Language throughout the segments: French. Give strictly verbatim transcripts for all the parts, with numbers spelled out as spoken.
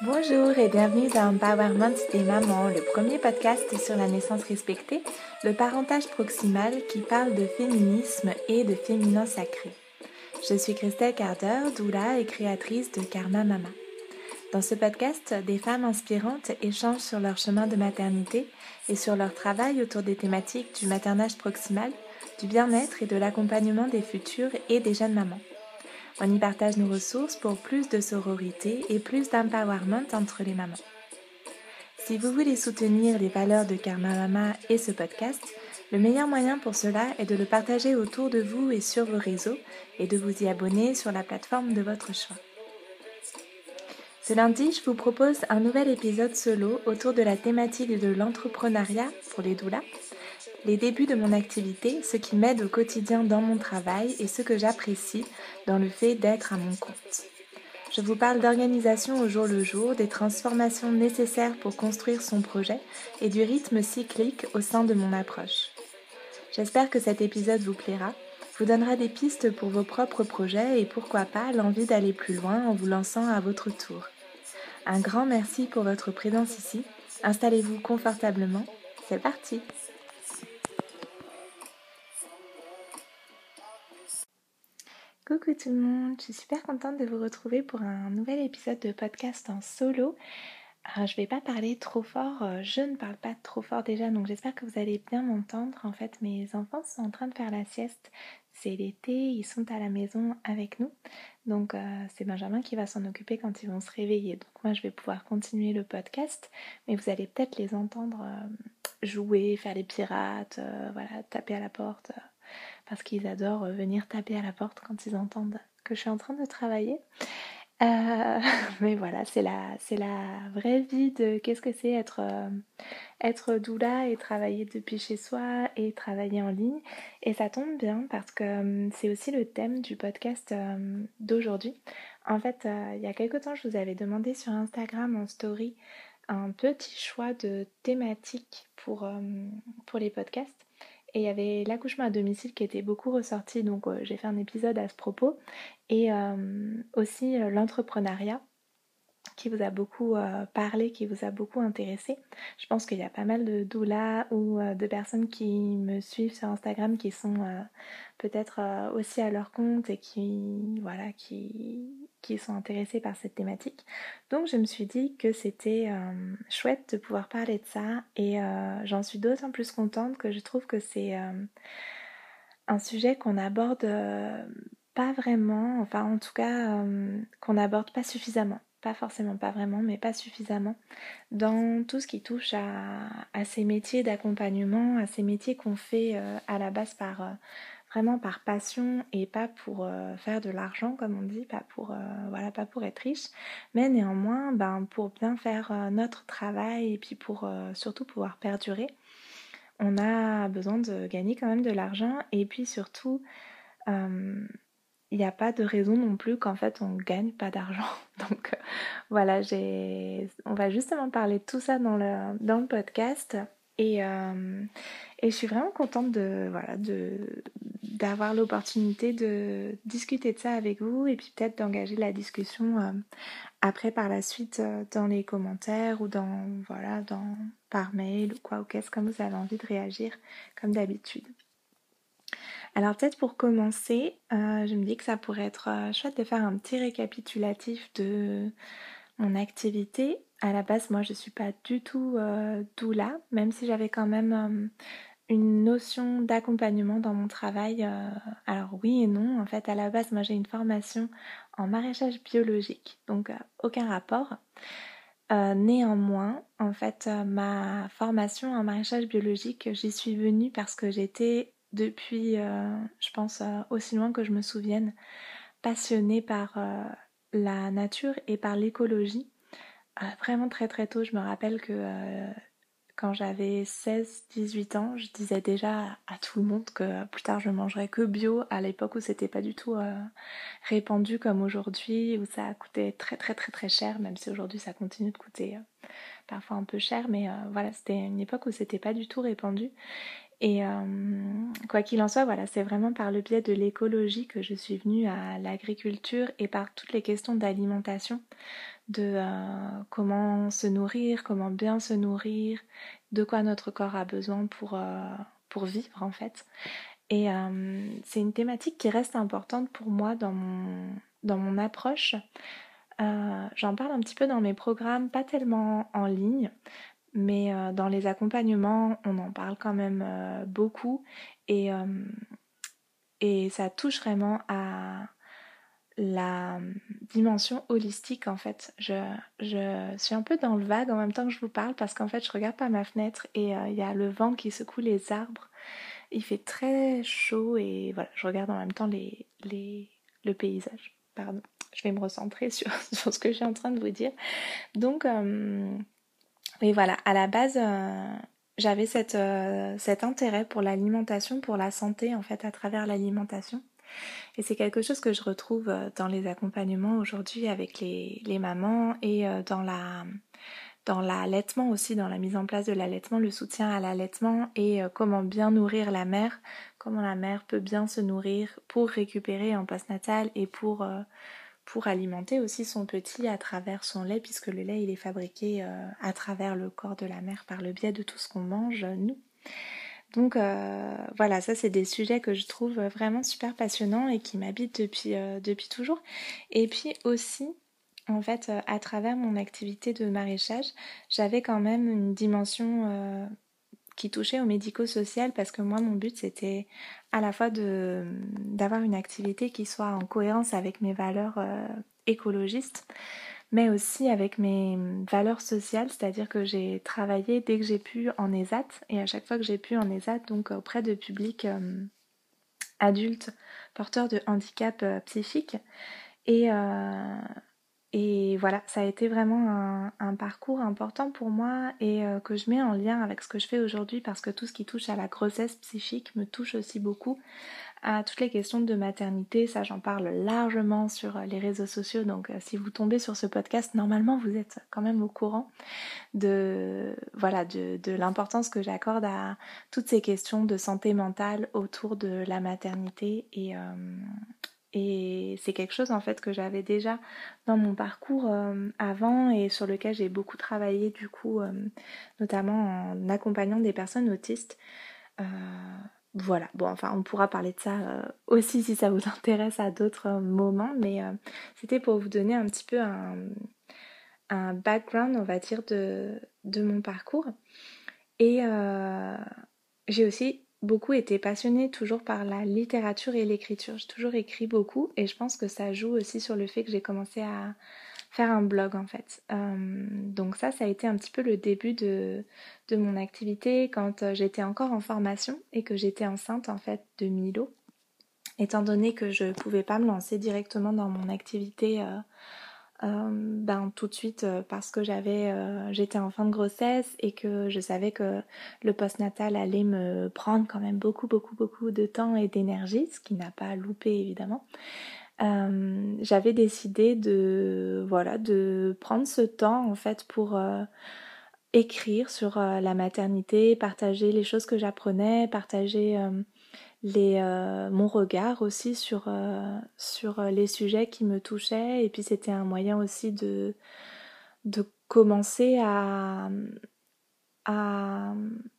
Bonjour et bienvenue dans Empowerment des mamans, le premier podcast sur la naissance respectée, le parentage proximal qui parle de féminisme et de féminin sacré. Je suis Christelle Carder, doula et créatrice de Karma Mama. Dans ce podcast, des femmes inspirantes échangent sur leur chemin de maternité et sur leur travail autour des thématiques du maternage proximal, du bien-être et de l'accompagnement des futures et des jeunes mamans. On y partage nos ressources pour plus de sororité et plus d'empowerment entre les mamans. Si vous voulez soutenir les valeurs de Karma Mama et ce podcast, le meilleur moyen pour cela est de le partager autour de vous et sur vos réseaux et de vous y abonner sur la plateforme de votre choix. Ce lundi, je vous propose un nouvel épisode solo autour de la thématique de l'entrepreneuriat pour les doulas, les débuts de mon activité, ce qui m'aide au quotidien dans mon travail et ce que j'apprécie dans le fait d'être à mon compte. Je vous parle d'organisation au jour le jour, des transformations nécessaires pour construire son projet et du rythme cyclique au sein de mon approche. J'espère que cet épisode vous plaira, vous donnera des pistes pour vos propres projets et pourquoi pas l'envie d'aller plus loin en vous lançant à votre tour. Un grand merci pour votre présence ici. Installez-vous confortablement. C'est parti! Coucou tout le monde, je suis super contente de vous retrouver pour un nouvel épisode de podcast en solo. Alors, je vais pas parler trop fort, je ne parle pas trop fort déjà, donc j'espère que vous allez bien m'entendre. En fait, mes enfants sont en train de faire la sieste, c'est l'été, ils sont à la maison avec nous, donc euh, c'est Benjamin qui va s'en occuper quand ils vont se réveiller. Donc moi, je vais pouvoir continuer le podcast, mais vous allez peut-être les entendre euh, jouer, faire les pirates, euh, voilà, taper à la porte. Euh, parce qu'ils adorent venir taper à la porte quand ils entendent que je suis en train de travailler. Euh, mais voilà, c'est la, c'est la vraie vie de qu'est-ce que c'est être, euh, être doula et travailler depuis chez soi et travailler en ligne. Et ça tombe bien parce que euh, c'est aussi le thème du podcast euh, d'aujourd'hui. En fait, euh, il y a quelque temps, je vous avais demandé sur Instagram en story un petit choix de thématiques pour, euh, pour les podcasts. Et il y avait l'accouchement à domicile qui était beaucoup ressorti, donc euh, j'ai fait un épisode à ce propos. Et euh, aussi euh, l'entrepreneuriat qui vous a beaucoup euh, parlé, qui vous a beaucoup intéressé. Je pense qu'il y a pas mal de doulas ou euh, de personnes qui me suivent sur Instagram qui sont euh, peut-être euh, aussi à leur compte et qui, voilà, qui, qui sont intéressées par cette thématique. Donc je me suis dit que c'était euh, chouette de pouvoir parler de ça et euh, j'en suis d'autant plus contente que je trouve que c'est euh, un sujet qu'on aborde euh, pas vraiment, enfin en tout cas euh, qu'on n'aborde pas suffisamment. Pas forcément, pas vraiment, mais pas suffisamment, dans tout ce qui touche à, à ces métiers d'accompagnement, à ces métiers qu'on fait euh, à la base par euh, vraiment par passion et pas pour euh, faire de l'argent, comme on dit, pas pour, euh, voilà, pas pour être riche, mais néanmoins ben, pour bien faire euh, notre travail et puis pour euh, surtout pouvoir perdurer. On a besoin de gagner quand même de l'argent et puis surtout... Euh, il n'y a pas de raison non plus qu'en fait on gagne pas d'argent. Donc euh, voilà, j'ai... on va justement parler de tout ça dans le, dans le podcast. Et, euh, et je suis vraiment contente de, voilà, de, d'avoir l'opportunité de discuter de ça avec vous et puis peut-être d'engager la discussion euh, après par la suite euh, dans les commentaires ou dans, voilà, dans, par mail ou quoi ou qu'est-ce, comme vous avez envie de réagir comme d'habitude. Alors peut-être pour commencer, euh, je me dis que ça pourrait être euh, chouette de faire un petit récapitulatif de mon activité. À la base, moi je suis pas du tout euh, doula, même si j'avais quand même euh, une notion d'accompagnement dans mon travail. Euh, alors oui et non, en fait à la base moi j'ai une formation en maraîchage biologique, donc euh, aucun rapport. Euh, néanmoins, en fait, euh, ma formation en maraîchage biologique, j'y suis venue parce que j'étais depuis, euh, je pense, euh, aussi loin que je me souvienne, passionnée par euh, la nature et par l'écologie. Euh, vraiment très très tôt, je me rappelle que euh, quand j'avais seize dix-huit ans, je disais déjà à tout le monde que plus tard je mangerais que bio, à l'époque où c'était pas du tout euh, répandu comme aujourd'hui, où ça coûtait très très très très cher, même si aujourd'hui ça continue de coûter euh, parfois un peu cher, mais euh, voilà, c'était une époque où c'était pas du tout répandu. Et euh, quoi qu'il en soit, voilà, c'est vraiment par le biais de l'écologie que je suis venue à l'agriculture et par toutes les questions d'alimentation. de euh, comment se nourrir, comment bien se nourrir, de quoi notre corps a besoin pour, euh, pour vivre en fait. Et euh, c'est une thématique qui reste importante pour moi dans mon, dans mon approche. Euh, j'en parle un petit peu dans mes programmes, pas tellement en ligne, mais euh, dans les accompagnements, on en parle quand même euh, beaucoup. Et, euh, et ça touche vraiment à la dimension holistique en fait. Je, je suis un peu dans le vague en même temps que je vous parle parce qu'en fait je regarde par ma fenêtre et euh, il y a le vent qui secoue les arbres. Il fait très chaud et voilà, je regarde en même temps les, les, le paysage. Pardon, je vais me recentrer sur, sur ce que je suis en train de vous dire. Donc, euh, oui voilà, à la base, euh, j'avais cette, euh, cet intérêt pour l'alimentation, pour la santé en fait à travers l'alimentation. Et c'est quelque chose que je retrouve euh, dans les accompagnements aujourd'hui avec les, les mamans et euh, dans la dans l'allaitement aussi, dans la mise en place de l'allaitement, le soutien à l'allaitement et euh, comment bien nourrir la mère, comment la mère peut bien se nourrir pour récupérer en postnatal et pour, euh, pour alimenter aussi son petit à travers son lait, puisque le lait il est fabriqué euh, à travers le corps de la mère par le biais de tout ce qu'on mange, nous. Donc euh, voilà, ça c'est des sujets que je trouve vraiment super passionnants et qui m'habitent depuis, euh, depuis toujours. Et puis aussi, en fait, euh, à travers mon activité de maraîchage, j'avais quand même une dimension euh, qui touchait au médico-social parce que moi, mon but, c'était à la fois de d'avoir une activité qui soit en cohérence avec mes valeurs euh, écologistes, mais aussi avec mes valeurs sociales, c'est-à-dire que j'ai travaillé dès que j'ai pu en ESAT et à chaque fois que j'ai pu en ESAT, donc auprès de publics euh, adultes porteurs de handicap euh, psychique. Et, euh, et voilà, ça a été vraiment un, un parcours important pour moi et euh, que je mets en lien avec ce que je fais aujourd'hui parce que tout ce qui touche à la grossesse psychique me touche aussi beaucoup. À toutes les questions de maternité, ça j'en parle largement sur les réseaux sociaux, donc euh, si vous tombez sur ce podcast, normalement vous êtes quand même au courant de, voilà, de, de l'importance que j'accorde à toutes ces questions de santé mentale autour de la maternité et, euh, et c'est quelque chose en fait que j'avais déjà dans mon parcours euh, avant et sur lequel j'ai beaucoup travaillé du coup, euh, notamment en accompagnant des personnes autistes. Euh, voilà, bon enfin on pourra parler de ça euh, aussi si ça vous intéresse à d'autres euh, moments, mais euh, c'était pour vous donner un petit peu un, un background on va dire de, de mon parcours. Et euh, j'ai aussi beaucoup été passionnée toujours par la littérature et l'écriture. J'ai toujours écrit beaucoup et je pense que ça joue aussi sur le fait que j'ai commencé à faire un blog en fait. Euh, donc ça, ça a été un petit peu le début de, de mon activité quand euh, j'étais encore en formation et que j'étais enceinte en fait de Milo. Étant donné que je pouvais pas me lancer directement dans mon activité euh, euh, ben, tout de suite euh, parce que j'avais, euh, j'étais en fin de grossesse et que je savais que le postnatal allait me prendre quand même beaucoup, beaucoup, beaucoup de temps et d'énergie, ce qui n'a pas loupé évidemment. Euh, j'avais décidé de, voilà, de prendre ce temps en fait pour euh, écrire sur euh, la maternité, partager les choses que j'apprenais, partager euh, les, euh, mon regard aussi sur, euh, sur les sujets qui me touchaient. Et puis c'était un moyen aussi de, de commencer à, à,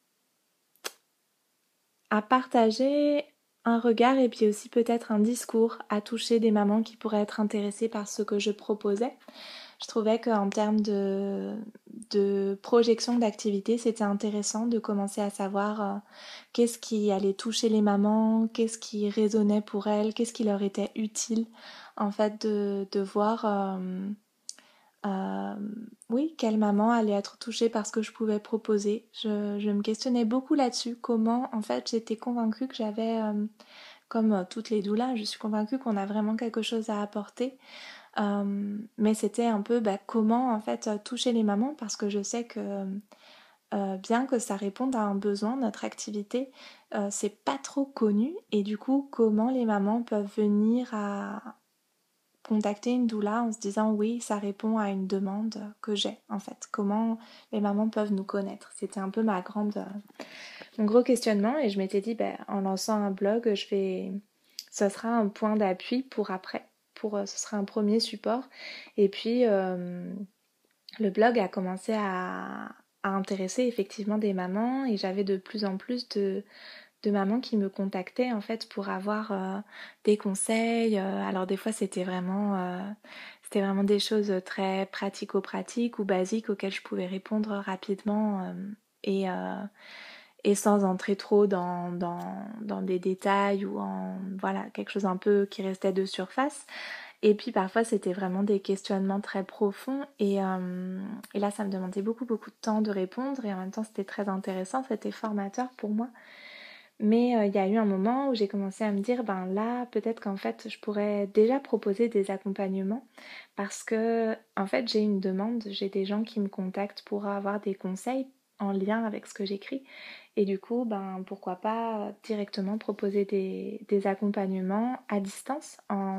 à partager un regard et puis aussi peut-être un discours, à toucher des mamans qui pourraient être intéressées par ce que je proposais. Je trouvais qu'en termes de, de projection d'activité, c'était intéressant de commencer à savoir euh, qu'est-ce qui allait toucher les mamans, qu'est-ce qui résonnait pour elles, qu'est-ce qui leur était utile, en fait, de, de voir, euh, euh, oui, quelle maman allait être touchée par ce que je pouvais proposer. Je, je me questionnais beaucoup là-dessus, comment, en fait, j'étais convaincue que j'avais, euh, comme euh, toutes les doulas, je suis convaincue qu'on a vraiment quelque chose à apporter. Euh, mais c'était un peu bah, comment en fait euh, toucher les mamans parce que je sais que euh, bien que ça réponde à un besoin, notre activité, euh, c'est pas trop connu et du coup comment les mamans peuvent venir à contacter une doula en se disant oui ça répond à une demande que j'ai en fait, comment les mamans peuvent nous connaître. C'était un peu ma grande, euh, mon gros questionnement et je m'étais dit bah, en lançant un blog je vais, ce sera un point d'appui pour après pour, euh, ce sera un premier support. Et puis euh, le blog a commencé à, à intéresser effectivement des mamans et j'avais de plus en plus de, de mamans qui me contactaient en fait pour avoir euh, des conseils. Euh, alors des fois c'était vraiment, euh, c'était vraiment des choses très pratico-pratiques ou basiques auxquelles je pouvais répondre rapidement euh, et, euh, et sans entrer trop dans, dans, dans des détails ou en voilà quelque chose un peu qui restait de surface. Et puis parfois c'était vraiment des questionnements très profonds et, euh, et là ça me demandait beaucoup beaucoup de temps de répondre et en même temps c'était très intéressant, c'était formateur pour moi. Mais euh, il y a eu un moment où j'ai commencé à me dire, ben là, peut-être qu'en fait, je pourrais déjà proposer des accompagnements parce que, en fait, j'ai une demande, j'ai des gens qui me contactent pour avoir des conseils en lien avec ce que j'écris. Et du coup, ben pourquoi pas directement proposer des, des accompagnements à distance en,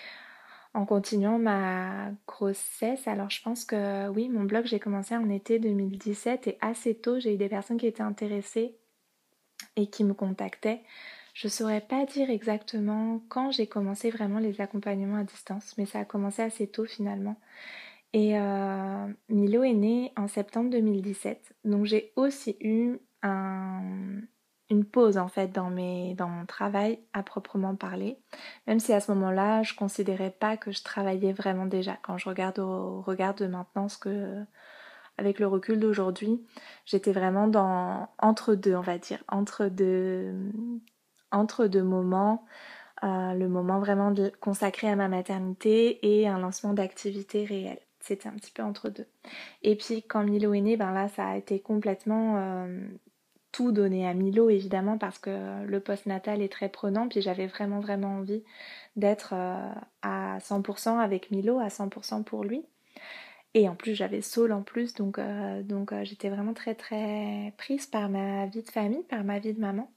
en continuant ma grossesse. Alors je pense que oui, mon blog, j'ai commencé en été deux mille dix-sept et assez tôt, j'ai eu des personnes qui étaient intéressées et qui me contactaient. Je ne saurais pas dire exactement quand j'ai commencé vraiment les accompagnements à distance, mais ça a commencé assez tôt finalement. Et euh, Milo est né en septembre deux mille dix-sept, donc j'ai aussi eu un, une pause en fait dans, mes, dans mon travail à proprement parler, même si à ce moment-là je considérais pas que je travaillais vraiment déjà. Quand je regarde au regard de maintenant ce que avec le recul d'aujourd'hui, j'étais vraiment dans entre deux, on va dire, entre deux, entre deux moments, euh, le moment vraiment de, consacré à ma maternité et un lancement d'activité réelle. C'était un petit peu entre deux. Et puis quand Milo est né, ben là, ça a été complètement euh, tout donné à Milo, évidemment, parce que le postnatal est très prenant. Puis j'avais vraiment, vraiment envie d'être euh, à cent pour cent avec Milo, à cent pour cent pour lui. Et en plus, j'avais Saul en plus, donc, euh, donc euh, j'étais vraiment très très prise par ma vie de famille, par ma vie de maman.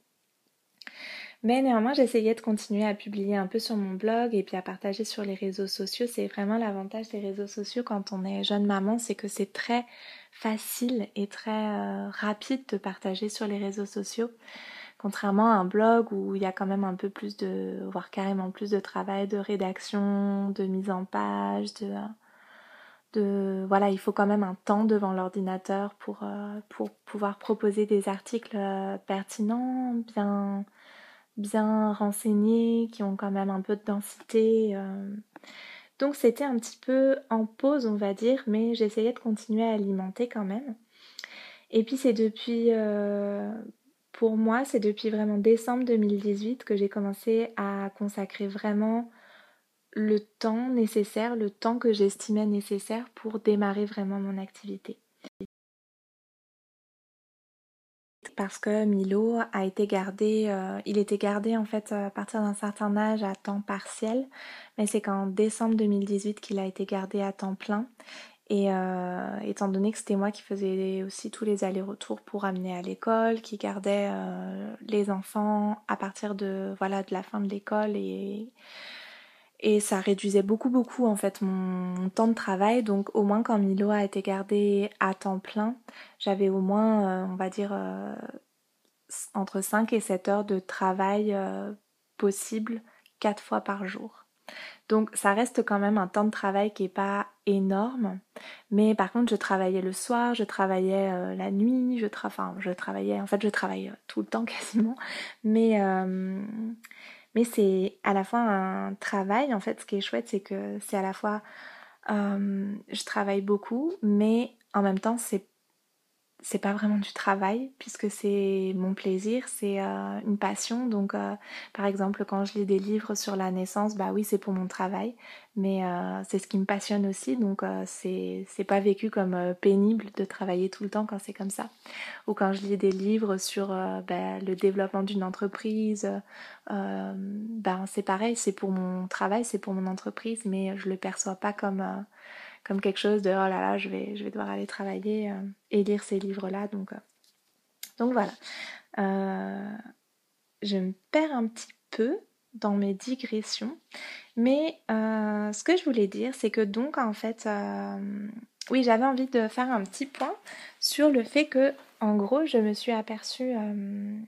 Mais néanmoins, j'essayais de continuer à publier un peu sur mon blog et puis à partager sur les réseaux sociaux. C'est vraiment l'avantage des réseaux sociaux quand on est jeune maman, c'est que c'est très facile et très euh, rapide de partager sur les réseaux sociaux. Contrairement à un blog où il y a quand même un peu plus de, voire carrément plus de travail, de rédaction, de mise en page, de... Euh, de voilà, il faut quand même un temps devant l'ordinateur pour, euh, pour pouvoir proposer des articles euh, pertinents, bien, bien renseignés, qui ont quand même un peu de densité. Euh. Donc c'était un petit peu en pause, on va dire, mais j'essayais de continuer à alimenter quand même. Et puis c'est depuis, euh, pour moi, c'est depuis vraiment décembre deux mille dix-huit que j'ai commencé à consacrer vraiment le temps nécessaire, le temps que j'estimais nécessaire pour démarrer vraiment mon activité. Parce que Milo a été gardé, euh, il était gardé en fait à partir d'un certain âge à temps partiel, mais c'est qu'en décembre deux mille dix-huit qu'il a été gardé à temps plein. Et euh, étant donné que c'était moi qui faisais aussi tous les allers-retours pour amener à l'école, qui gardait euh, les enfants à partir de voilà de la fin de l'école et Et ça réduisait beaucoup beaucoup en fait mon, mon temps de travail. Donc au moins quand Milo a été gardé à temps plein, j'avais au moins, euh, on va dire, euh, entre cinq et sept heures de travail euh, possible quatre fois par jour. Donc ça reste quand même un temps de travail qui est pas énorme, mais par contre je travaillais le soir, je travaillais euh, la nuit, je, tra enfin, je travaillais, en fait je travaillais tout le temps quasiment, mais euh, mais c'est à la fois un travail, en fait, ce qui est chouette, c'est que c'est à la fois, euh, je travaille beaucoup, mais en même temps, c'est c'est pas vraiment du travail puisque c'est mon plaisir, c'est euh, une passion. Donc, euh, par exemple, quand je lis des livres sur la naissance, bah oui, c'est pour mon travail, mais euh, c'est ce qui me passionne aussi. Donc, euh, c'est c'est pas vécu comme euh, pénible de travailler tout le temps quand c'est comme ça. Ou quand je lis des livres sur euh, bah, le développement d'une entreprise, euh, ben c'est pareil, c'est pour mon travail, c'est pour mon entreprise, mais je le perçois pas comme euh, comme quelque chose de oh là là, je vais, je vais devoir aller travailler euh, et lire ces livres-là. Donc, euh, donc voilà. Euh, je me perds un petit peu dans mes digressions. Mais euh, ce que je voulais dire, c'est que donc en fait, euh, oui, j'avais envie de faire un petit point sur le fait que, en gros, je me suis aperçue euh,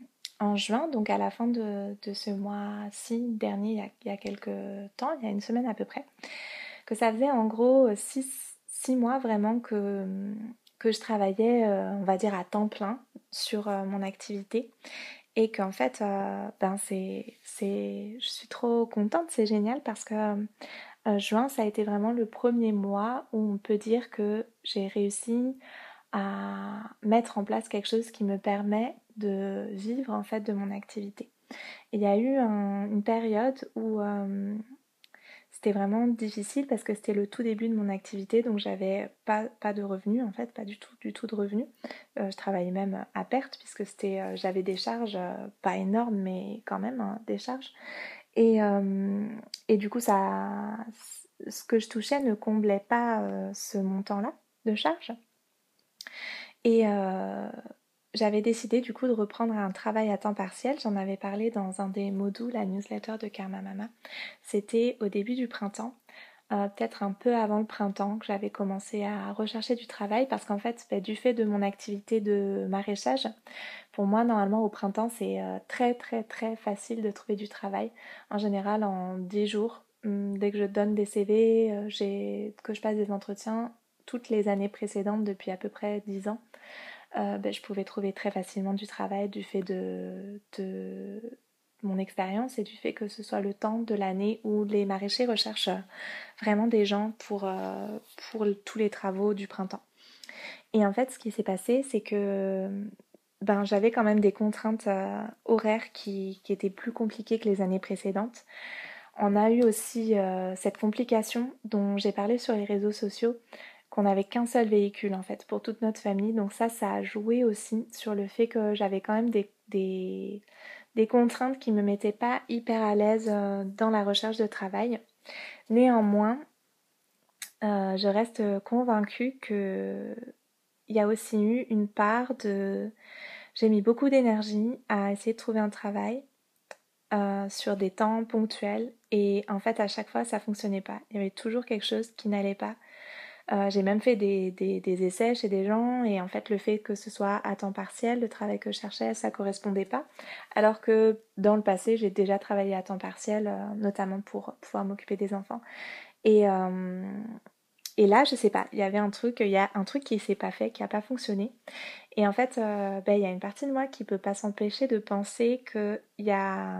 en juin, donc à la fin de, de ce mois-ci dernier, il y, a, il y a quelques temps, il y a une semaine à peu près, que ça faisait en gros six, six mois vraiment que, que je travaillais, euh, on va dire, à temps plein sur euh, mon activité. Et qu'en fait, euh, ben c'est, c'est, je suis trop contente, c'est génial parce que euh, juin, ça a été vraiment le premier mois où on peut dire que j'ai réussi à mettre en place quelque chose qui me permet de vivre en fait de mon activité. Il y a eu un- une période où euh, c'était vraiment difficile parce que c'était le tout début de mon activité, donc j'avais pas, pas de revenus en fait, pas du tout, du tout de revenus. Euh, je travaillais même à perte puisque c'était, euh, j'avais des charges, euh, pas énormes, mais quand même hein, des charges. Et, euh, et du coup, ça, ce que je touchais ne comblait pas euh, ce montant-là de charges. Et euh, j'avais décidé du coup de reprendre un travail à temps partiel. J'en avais parlé dans un des modules, la newsletter de Karma Mama. C'était au début du printemps, euh, peut-être un peu avant le printemps, que j'avais commencé à rechercher du travail parce qu'en fait, bah, du fait de mon activité de maraîchage, pour moi, normalement, au printemps, c'est euh, très très très facile de trouver du travail. En général, en dix jours, hum, dès que je donne des C V, euh, j'ai, que je passe des entretiens, toutes les années précédentes, depuis à peu près dix ans, euh, ben, je pouvais trouver très facilement du travail du fait de, de mon expérience et du fait que ce soit le temps de l'année où les maraîchers recherchent euh, vraiment des gens pour, euh, pour tous les travaux du printemps. Et en fait, ce qui s'est passé, c'est que ben, j'avais quand même des contraintes euh, horaires qui, qui étaient plus compliquées que les années précédentes. On a eu aussi euh, cette complication dont j'ai parlé sur les réseaux sociaux, qu'on n'avait qu'un seul véhicule en fait pour toute notre famille. Donc ça, ça a joué aussi sur le fait que j'avais quand même des, des, des contraintes qui ne me mettaient pas hyper à l'aise euh, dans la recherche de travail. Néanmoins, euh, je reste convaincue que il y a aussi eu une part de... J'ai mis beaucoup d'énergie à essayer de trouver un travail euh, sur des temps ponctuels et en fait à chaque fois ça fonctionnait pas. Il y avait toujours quelque chose qui n'allait pas. Euh, j'ai même fait des, des, des essais chez des gens et en fait le fait que ce soit à temps partiel, le travail que je cherchais, ça correspondait pas. Alors que dans le passé j'ai déjà travaillé à temps partiel, euh, notamment pour pouvoir m'occuper des enfants. Et, euh, et là je sais pas, il y avait un truc, il y a un truc qui s'est pas fait, qui a pas fonctionné. Et en fait, euh, ben, il y a une partie de moi qui peut pas s'empêcher de penser que il y a,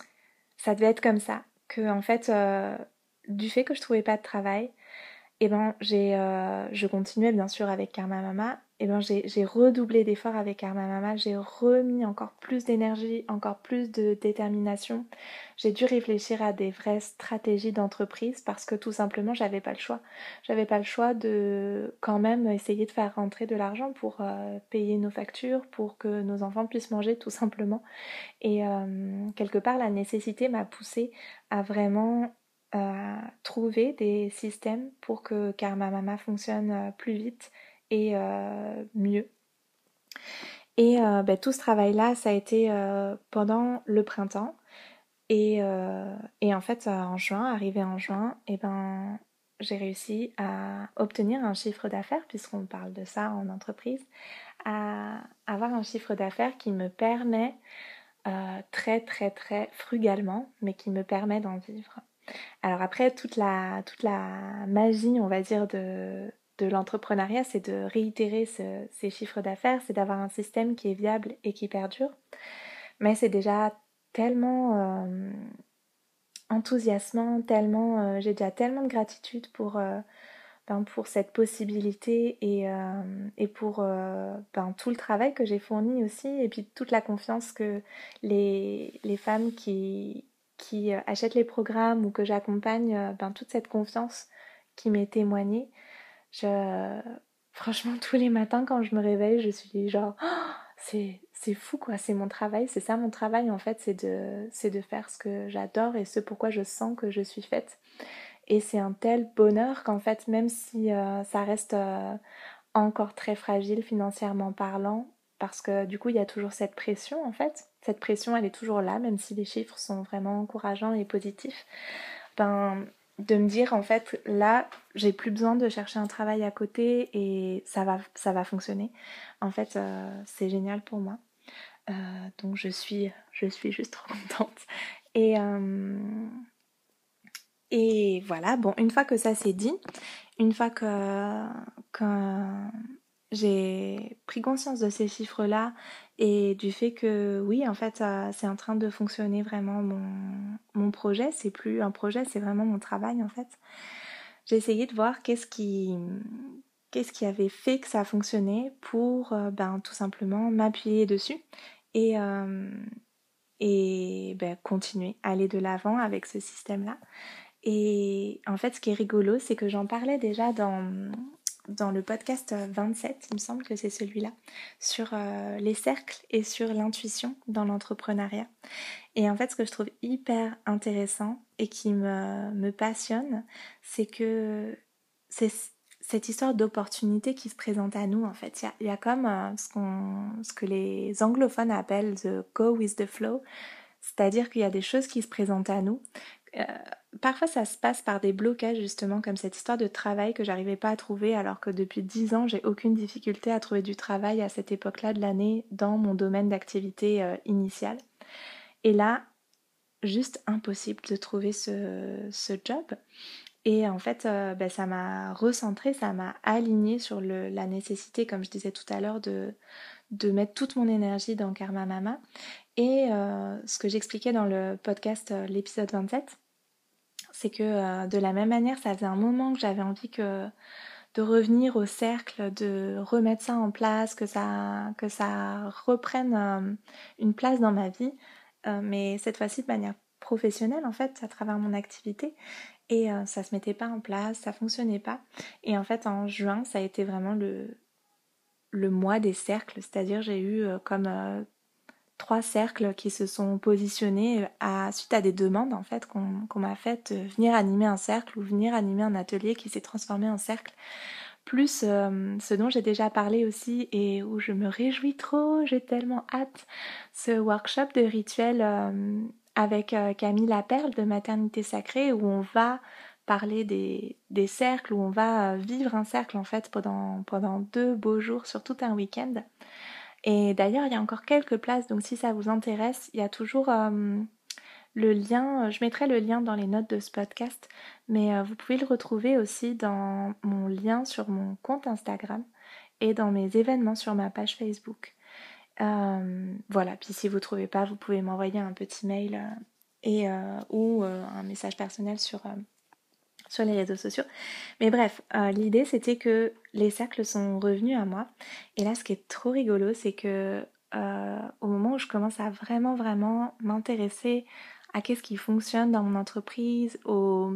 ça devait être comme ça, que en fait, euh, du fait que je trouvais pas de travail, et ben j'ai, euh, je continuais bien sûr avec Karma Mama. Et ben j'ai, j'ai redoublé d'efforts avec Karma Mama. J'ai remis encore plus d'énergie, encore plus de détermination. J'ai dû réfléchir à des vraies stratégies d'entreprise parce que tout simplement j'avais pas le choix. J'avais pas le choix de quand même essayer de faire rentrer de l'argent pour euh, payer nos factures, pour que nos enfants puissent manger tout simplement. Et euh, quelque part la nécessité m'a poussée à vraiment euh, trouver des systèmes pour que Karma Mama fonctionne euh, plus vite et euh, mieux. Et euh, ben, tout ce travail-là, ça a été euh, pendant le printemps. Et, euh, et en fait, euh, en juin, arrivé en juin, et ben, j'ai réussi à obtenir un chiffre d'affaires, puisqu'on parle de ça en entreprise, à avoir un chiffre d'affaires qui me permet euh, très très très frugalement, mais qui me permet d'en vivre. Alors après, toute la, toute la magie, on va dire, de, de l'entrepreneuriat, c'est de réitérer ce, ces chiffres d'affaires, c'est d'avoir un système qui est viable et qui perdure. Mais c'est déjà tellement euh, enthousiasmant, tellement, euh, j'ai déjà tellement de gratitude pour, euh, ben, pour cette possibilité et, euh, et pour euh, ben, tout le travail que j'ai fourni aussi, et puis toute la confiance que les, les femmes qui, qui euh, achètent les programmes ou que j'accompagne, euh, ben, toute cette confiance qui m'est témoignée. Je... Franchement, tous les matins quand je me réveille, je suis genre, oh, c'est, c'est fou quoi, c'est mon travail, c'est ça mon travail en fait, c'est de, c'est de faire ce que j'adore et ce pourquoi je sens que je suis faite. Et c'est un tel bonheur qu'en fait, même si euh, ça reste euh, encore très fragile financièrement parlant, parce que du coup, il y a toujours cette pression en fait. Cette pression, elle est toujours là, même si les chiffres sont vraiment encourageants et positifs. Ben, de me dire en fait, là, j'ai plus besoin de chercher un travail à côté et ça va, ça va fonctionner. En fait, euh, c'est génial pour moi. Euh, donc je suis, je suis juste trop contente. Et, euh, et voilà, bon, une fois que ça c'est dit, une fois que, que j'ai pris conscience de ces chiffres-là et du fait que oui, en fait, euh, c'est en train de fonctionner vraiment mon, mon projet. C'est plus un projet, c'est vraiment mon travail en fait. J'ai essayé de voir qu'est-ce qui, qu'est-ce qui avait fait que ça fonctionnait pour euh, ben, tout simplement m'appuyer dessus et, euh, et ben, continuer, aller de l'avant avec ce système-là. Et en fait, ce qui est rigolo, c'est que j'en parlais déjà dans, dans le podcast vingt-sept, il me semble que c'est celui-là, sur euh, les cercles et sur l'intuition dans l'entrepreneuriat. Et en fait, ce que je trouve hyper intéressant et qui me, me passionne, c'est que c'est cette histoire d'opportunité qui se présente à nous, en fait. Il y a, il y a comme euh, ce, qu'on, ce que les anglophones appellent the go with the flow, c'est-à-dire qu'il y a des choses qui se présentent à nous. Euh, parfois, ça se passe par des blocages, justement, comme cette histoire de travail que j'arrivais pas à trouver, alors que depuis dix ans, j'ai aucune difficulté à trouver du travail à cette époque-là de l'année dans mon domaine d'activité euh, initial. Et là, juste impossible de trouver ce, ce job. Et en fait, euh, ben, ça m'a recentré, ça m'a aligné sur le, la nécessité, comme je disais tout à l'heure, de, de mettre toute mon énergie dans Karma Mama. Et euh, ce que j'expliquais dans le podcast, euh, l'épisode vingt-sept, c'est que euh, de la même manière, ça faisait un moment que j'avais envie que, de revenir au cercle, de remettre ça en place, que ça, que ça reprenne euh, une place dans ma vie, euh, mais cette fois-ci de manière professionnelle en fait, à travers mon activité. Et euh, ça se mettait pas en place, ça fonctionnait pas. Et en fait, en juin, ça a été vraiment le, le mois des cercles, c'est-à-dire j'ai eu euh, comme euh, trois cercles qui se sont positionnés à, suite à des demandes en fait qu'on qu'on m'a faites, euh, venir animer un cercle ou venir animer un atelier qui s'est transformé en cercle. Plus euh, ce dont j'ai déjà parlé aussi et où je me réjouis trop, j'ai tellement hâte, ce workshop de rituel euh, avec euh, Camille Laperle de Maternité Sacrée où on va parler des, des cercles, où on va euh, vivre un cercle en fait pendant, pendant deux beaux jours sur tout un week-end. Et d'ailleurs, il y a encore quelques places, donc si ça vous intéresse, il y a toujours euh, le lien, je mettrai le lien dans les notes de ce podcast, mais euh, vous pouvez le retrouver aussi dans mon lien sur mon compte Instagram et dans mes événements sur ma page Facebook. Euh, voilà, puis si vous ne trouvez pas, vous pouvez m'envoyer un petit mail euh, et, euh, ou euh, un message personnel sur, euh, sur les réseaux sociaux. Mais bref, euh, l'idée c'était que les cercles sont revenus à moi. Et là, ce qui est trop rigolo, c'est que euh, au moment où je commence à vraiment, vraiment m'intéresser à qu'est-ce qui fonctionne dans mon entreprise, au,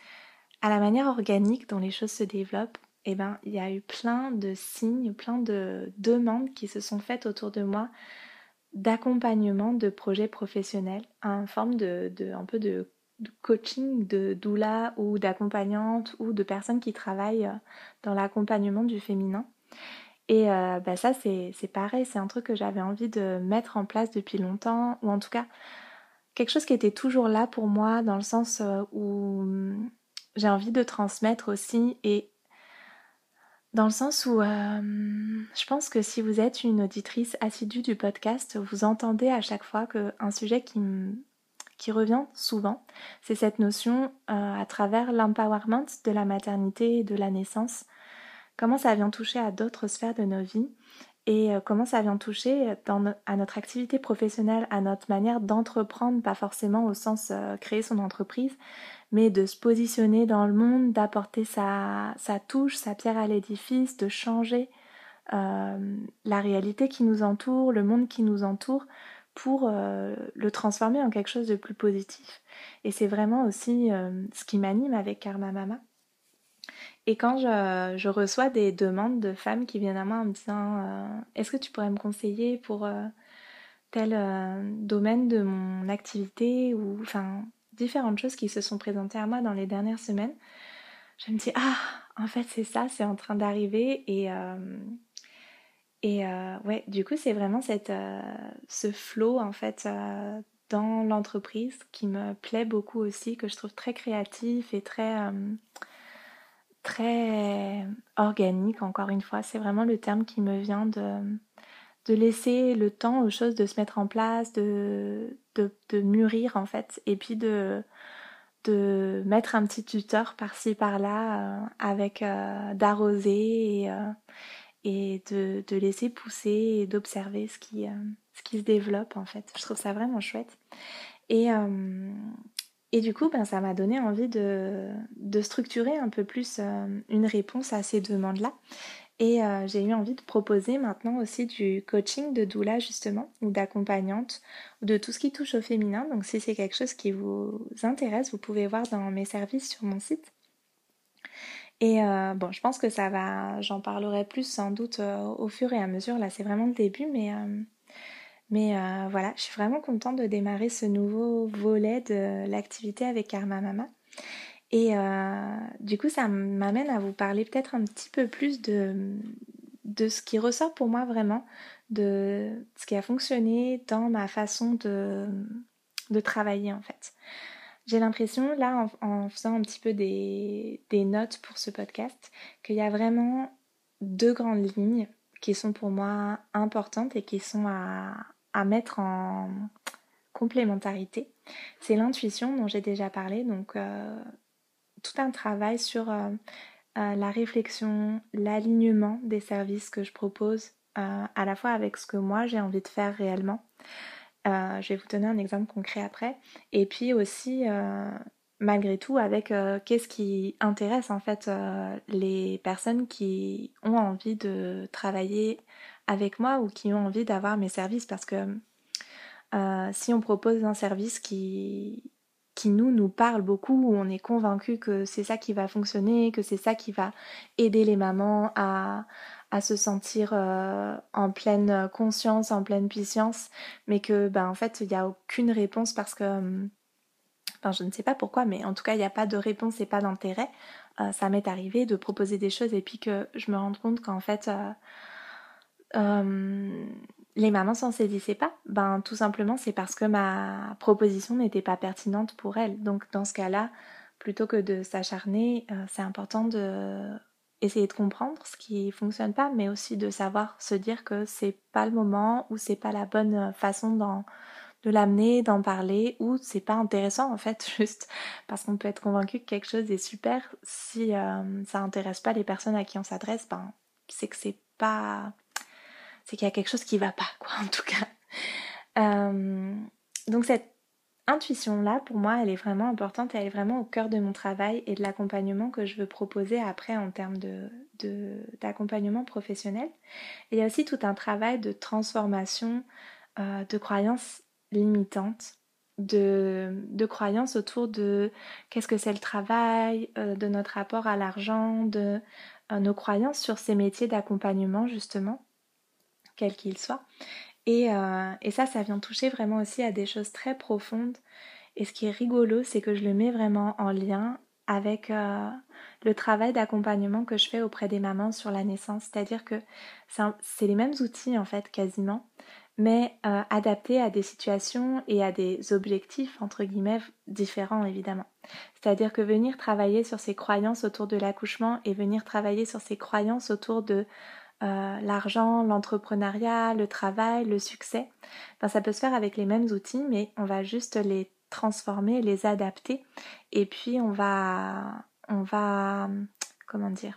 à la manière organique dont les choses se développent, eh ben, il y a eu plein de signes, plein de demandes qui se sont faites autour de moi d'accompagnement de projets professionnels, en forme de, de un peu de, de coaching de doula ou d'accompagnante ou de personnes qui travaillent dans l'accompagnement du féminin. Et euh, bah ça c'est, c'est pareil, c'est un truc que j'avais envie de mettre en place depuis longtemps, ou en tout cas quelque chose qui était toujours là pour moi dans le sens où hum, j'ai envie de transmettre aussi, et dans le sens où euh, je pense que si vous êtes une auditrice assidue du podcast, vous entendez à chaque fois qu'un sujet qui, m- qui revient souvent, c'est cette notion euh, à travers l'empowerment de la maternité et de la naissance, comment ça vient toucher à d'autres sphères de nos vies et euh, comment ça vient toucher dans no- à notre activité professionnelle, à notre manière d'entreprendre, pas forcément au sens euh, créer son entreprise, mais de se positionner dans le monde, d'apporter sa, sa touche, sa pierre à l'édifice, de changer euh, la réalité qui nous entoure, le monde qui nous entoure, pour euh, le transformer en quelque chose de plus positif. Et c'est vraiment aussi euh, ce qui m'anime avec Karma Mama. Et quand je, je reçois des demandes de femmes qui viennent à moi en me disant euh, est-ce que tu pourrais me conseiller pour euh, tel euh, domaine de mon activité, ou enfin différentes choses qui se sont présentées à moi dans les dernières semaines, je me dis ah en fait c'est ça, c'est en train d'arriver. Et euh, et euh, ouais, du coup c'est vraiment cette euh, ce flow en fait euh, dans l'entreprise qui me plaît beaucoup aussi, que je trouve très créatif et très euh, très organique. Encore une fois, c'est vraiment le terme qui me vient de de laisser le temps aux choses de se mettre en place, de, de, de mûrir en fait, et puis de, de mettre un petit tuteur par-ci par-là euh, avec euh, d'arroser et, euh, et de, de laisser pousser et d'observer ce qui, euh, ce qui se développe en fait. Je trouve ça vraiment chouette. Et, euh, et du coup, ben, ça m'a donné envie de, de structurer un peu plus euh, une réponse à ces demandes-là. Et euh, j'ai eu envie de proposer maintenant aussi du coaching de doula justement, ou d'accompagnante, ou de tout ce qui touche au féminin. Donc si c'est quelque chose qui vous intéresse, vous pouvez voir dans mes services sur mon site. Et euh, bon, je pense que ça va, j'en parlerai plus sans doute euh, au fur et à mesure. Là, c'est vraiment le début, mais, euh, mais euh, voilà, je suis vraiment contente de démarrer ce nouveau volet de l'activité avec Karma Mama. Et euh, du coup, ça m'amène à vous parler peut-être un petit peu plus de, de ce qui ressort pour moi vraiment, de ce qui a fonctionné dans ma façon de, de travailler en fait. J'ai l'impression, là, en, en faisant un petit peu des, des notes pour ce podcast, qu'il y a vraiment deux grandes lignes qui sont pour moi importantes et qui sont à, à mettre en complémentarité. C'est l'intuition dont j'ai déjà parlé, donc euh, tout un travail sur euh, euh, la réflexion, l'alignement des services que je propose, euh, à la fois avec ce que moi j'ai envie de faire réellement. Euh, je vais vous donner un exemple concret après. Et puis aussi, euh, malgré tout, avec euh, qu'est-ce qui intéresse en fait euh, les personnes qui ont envie de travailler avec moi ou qui ont envie d'avoir mes services. Parce que euh, si on propose un service qui, qui nous, nous parle beaucoup, où on est convaincu que c'est ça qui va fonctionner, que c'est ça qui va aider les mamans à, à se sentir euh, en pleine conscience, en pleine puissance, mais que ben en fait il n'y a aucune réponse parce que, enfin je ne sais pas pourquoi, mais en tout cas il n'y a pas de réponse et pas d'intérêt. Euh, ça m'est arrivé de proposer des choses et puis que je me rende compte qu'en fait euh, euh, les mamans s'en saisissaient pas, ben tout simplement c'est parce que ma proposition n'était pas pertinente pour elles. Donc dans ce cas-là, plutôt que de s'acharner, euh, c'est important de essayer de comprendre ce qui fonctionne pas, mais aussi de savoir se dire que c'est pas le moment ou c'est pas la bonne façon d'en- de l'amener, d'en parler, ou c'est pas intéressant en fait, juste parce qu'on peut être convaincu que quelque chose est super. Si euh, ça intéresse pas les personnes à qui on s'adresse, ben c'est que c'est pas c'est qu'il y a quelque chose qui va pas, quoi, en tout cas. Euh, donc cette intuition-là, pour moi, elle est vraiment importante et elle est vraiment au cœur de mon travail et de l'accompagnement que je veux proposer après en termes de, de, d'accompagnement professionnel. Et il y a aussi tout un travail de transformation euh, de croyances limitantes, de, de croyances autour de qu'est-ce que c'est le travail, euh, de notre rapport à l'argent, de euh, nos croyances sur ces métiers d'accompagnement, justement quel qu'il soit. Et, euh, et ça, ça vient toucher vraiment aussi à des choses très profondes. Et ce qui est rigolo, c'est que je le mets vraiment en lien avec euh, le travail d'accompagnement que je fais auprès des mamans sur la naissance. C'est-à-dire que c'est, un- c'est les mêmes outils, en fait, quasiment, mais euh, adaptés à des situations et à des objectifs, entre guillemets, différents, évidemment. C'est-à-dire que venir travailler sur ces croyances autour de l'accouchement et venir travailler sur ces croyances autour de euh, l'argent, l'entrepreneuriat, le travail, le succès, ben, ça peut se faire avec les mêmes outils, mais on va juste les transformer, les adapter, et puis on va, on va, comment dire,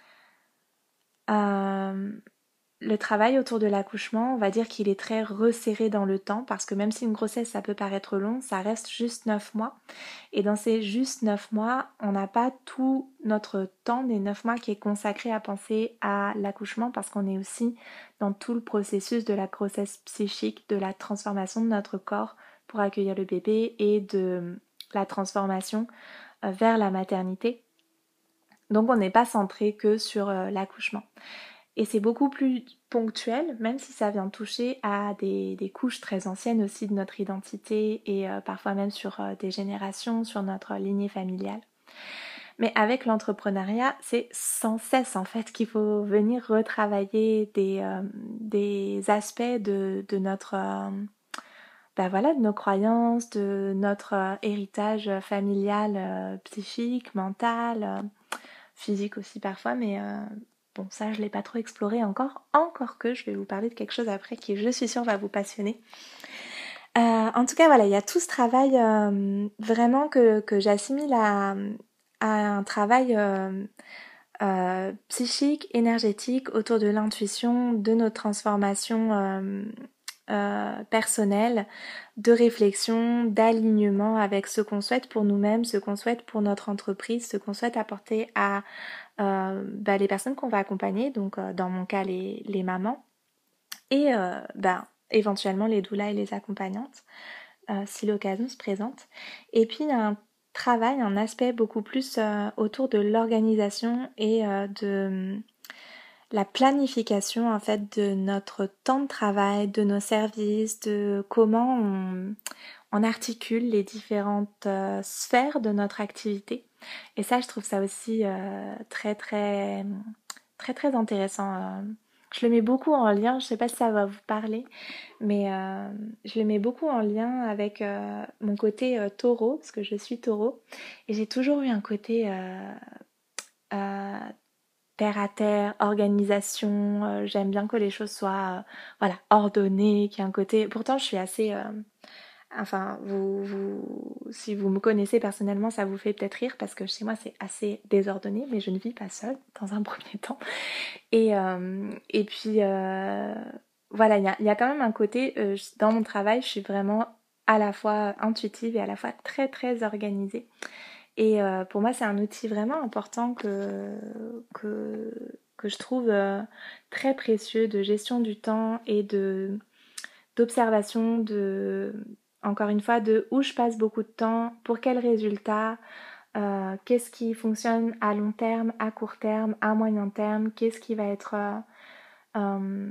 euh, le travail autour de l'accouchement, on va dire qu'il est très resserré dans le temps, parce que même si une grossesse ça peut paraître long, ça reste juste neuf mois. Et dans ces juste neuf mois, on n'a pas tout notre temps des neuf mois qui est consacré à penser à l'accouchement, parce qu'on est aussi dans tout le processus de la grossesse psychique, de la transformation de notre corps pour accueillir le bébé et de la transformation euh, vers la maternité. Donc on n'est pas centré que sur euh, l'accouchement. Et c'est beaucoup plus ponctuel, même si ça vient toucher à des, des couches très anciennes aussi de notre identité et euh, parfois même sur euh, des générations, sur notre lignée familiale. Mais avec l'entrepreneuriat, c'est sans cesse en fait qu'il faut venir retravailler des, euh, des aspects de, de notre... Euh, ben voilà, de nos croyances, de notre euh, héritage familial, euh, psychique, mental, euh, physique aussi parfois, mais... Euh, bon, ça, je l'ai pas trop exploré encore, encore que je vais vous parler de quelque chose après qui, je suis sûre, va vous passionner. Euh, en tout cas, voilà, il y a tout ce travail euh, vraiment que, que j'assimile à, à un travail euh, euh, psychique, énergétique, autour de l'intuition, de notre transformation euh, euh, personnelle, de réflexion, d'alignement avec ce qu'on souhaite pour nous-mêmes, ce qu'on souhaite pour notre entreprise, ce qu'on souhaite apporter à euh, bah, les personnes qu'on va accompagner, donc euh, dans mon cas les, les mamans, et euh, bah, éventuellement les doulas et les accompagnantes, euh, si l'occasion se présente. Et puis il y a un travail, un aspect beaucoup plus euh, autour de l'organisation et euh, de la planification en fait de notre temps de travail, de nos services, de comment on, on articule les différentes euh, sphères de notre activité. Et ça, je trouve ça aussi euh, très très très très intéressant. euh. Je le mets beaucoup en lien, je sais pas si ça va vous parler, mais euh, je le mets beaucoup en lien avec euh, mon côté euh, taureau, parce que je suis taureau, et j'ai toujours eu un côté euh, euh, terre à terre, organisation, euh, j'aime bien que les choses soient euh, voilà, ordonnées, qu'il y ait un côté... Pourtant, je suis assez... euh, Enfin, vous, vous, si vous me connaissez personnellement, ça vous fait peut-être rire parce que chez moi c'est assez désordonné, mais je ne vis pas seule dans un premier temps. Et, euh, et puis euh, voilà, il y a, y a quand même un côté, euh, dans mon travail, je suis vraiment à la fois intuitive et à la fois très très organisée. Et euh, pour moi, c'est un outil vraiment important que, que, que je trouve euh, très précieux de gestion du temps et de d'observation, de encore une fois, de où je passe beaucoup de temps, pour quels résultats, euh, qu'est-ce qui fonctionne à long terme, à court terme, à moyen terme, qu'est-ce qui va être euh, euh,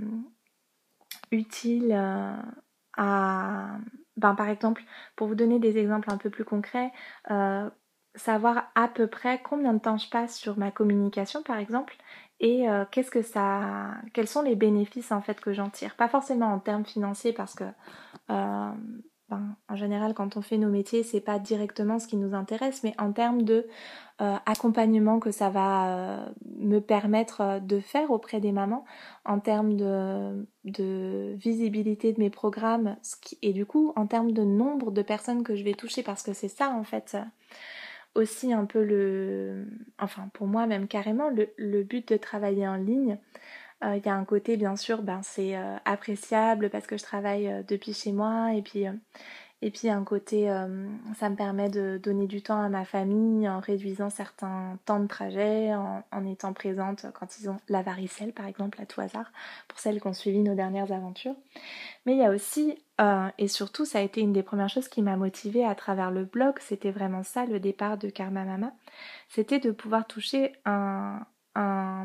utile euh, à... Ben, par exemple, pour vous donner des exemples un peu plus concrets, euh, savoir à peu près combien de temps je passe sur ma communication, par exemple, et euh, qu'est-ce que ça... quels sont les bénéfices en fait que j'en tire. Pas forcément en termes financiers parce que euh, ben, en général, quand on fait nos métiers, c'est pas directement ce qui nous intéresse, mais en termes de euh, accompagnement que ça va euh, me permettre euh, de faire auprès des mamans, en termes de, de visibilité de mes programmes, ce qui, et du coup en termes de nombre de personnes que je vais toucher, parce que c'est ça en fait aussi un peu le, enfin pour moi même carrément le, le but de travailler en ligne. Il euh, y a un côté bien sûr, ben c'est euh, appréciable parce que je travaille euh, depuis chez moi et puis euh, et puis un côté, euh, ça me permet de donner du temps à ma famille en réduisant certains temps de trajet, en, en étant présente quand ils ont la varicelle par exemple à tout hasard, pour celles qui ont suivi nos dernières aventures. Mais il y a aussi, euh, et surtout ça a été une des premières choses qui m'a motivée à travers le blog, c'était vraiment ça le départ de Karma Mama, c'était de pouvoir toucher un, un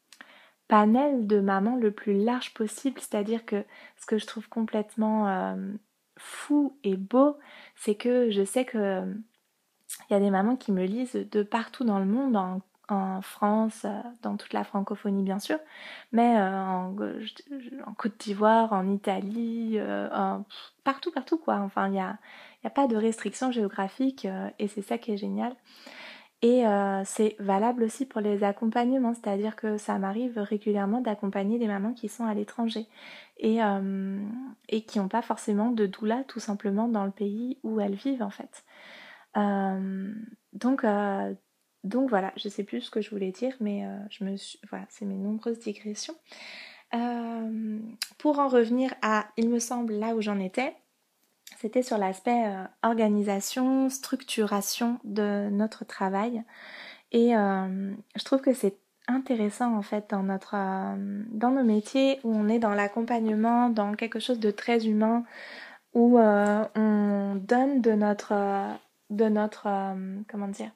panel de mamans le plus large possible, c'est-à-dire que ce que je trouve complètement euh, fou et beau, c'est que je sais que euh, il y a des mamans qui me lisent de partout dans le monde, en, en France, euh, dans toute la francophonie bien sûr, mais euh, en, en Côte d'Ivoire, en Italie, euh, en, partout, partout quoi. Enfin, il n'y a, y a pas de restrictions géographiques euh, et c'est ça qui est génial. Et euh, c'est valable aussi pour les accompagnements, c'est-à-dire que ça m'arrive régulièrement d'accompagner des mamans qui sont à l'étranger et, euh, et qui n'ont pas forcément de doula tout simplement dans le pays où elles vivent en fait. Euh, donc, euh, donc voilà, je sais plus ce que je voulais dire, mais euh, je me suis... voilà, c'est mes nombreuses digressions. Euh, pour en revenir à, il me semble, là où j'en étais, c'était sur l'aspect euh, organisation, structuration de notre travail. Et euh, je trouve que c'est intéressant en fait dans notre euh, dans nos métiers où on est dans l'accompagnement, dans quelque chose de très humain, où euh, on donne de notre euh, de notre euh, comment dire,